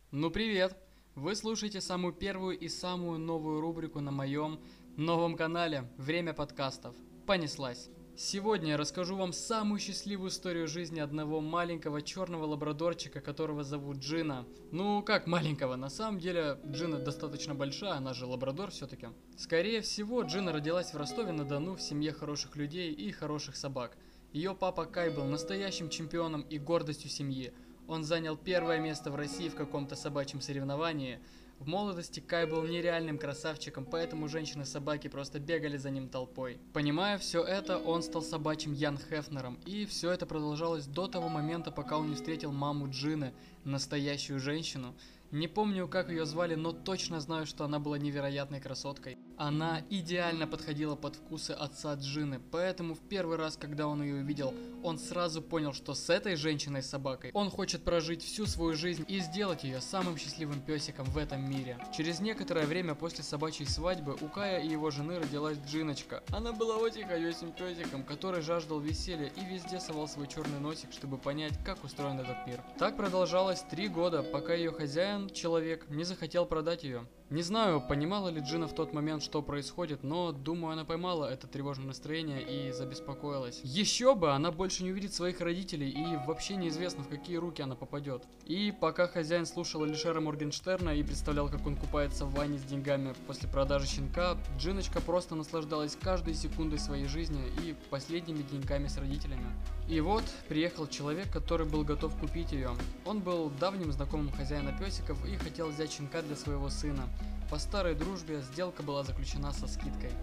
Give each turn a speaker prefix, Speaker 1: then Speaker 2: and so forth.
Speaker 1: Ну привет! Вы слушаете самую первую и самую новую рубрику на моем новом канале «Время подкастов». Понеслась! Сегодня я расскажу вам самую счастливую историю жизни одного маленького черного лабрадорчика, которого зовут Джина. Ну, как маленького, на самом деле Джина достаточно большая, она же лабрадор все-таки. Скорее всего, Джина родилась в Ростове-на-Дону в семье хороших людей и хороших собак. Ее папа Кай был настоящим чемпионом и гордостью семьи. Он занял первое место в России в каком-то собачьем соревновании. В молодости Кай был нереальным красавчиком, поэтому женщины-собаки просто бегали за ним толпой. Понимая все это, он стал собачьим Ян Хефнером, и все это продолжалось до того момента, пока он не встретил маму Джины, настоящую женщину. Не помню, как ее звали, но точно знаю, что она была невероятной красоткой. Она идеально подходила под вкусы отца Джины, поэтому в первый раз, когда он ее увидел, он сразу понял, что с этой женщиной-собакой он хочет прожить всю свою жизнь и сделать ее самым счастливым песиком в этом мире. Через некоторое время после собачьей свадьбы у Кая и его жены родилась Джиночка. Она была очень ходячим песиком, который жаждал веселья и везде совал свой черный носик, чтобы понять, как устроен этот мир. Так продолжалось 3 года, пока ее хозяин, человек, не захотел продать ее. Не знаю, понимала ли Джина в тот момент, что происходит, но думаю, она поймала это тревожное настроение и забеспокоилась. Еще бы, она больше не увидит своих родителей и вообще неизвестно, в какие руки она попадет. И пока хозяин слушал Алишера Моргенштерна и представлял, как он купается в ванне с деньгами после продажи щенка, Джиночка просто наслаждалась каждой секундой своей жизни и последними деньками с родителями. И вот приехал человек, который был готов купить ее. Он был давним знакомым хозяина песиков и хотел взять щенка для своего сына. По старой дружбе сделка была заключена со скидкой.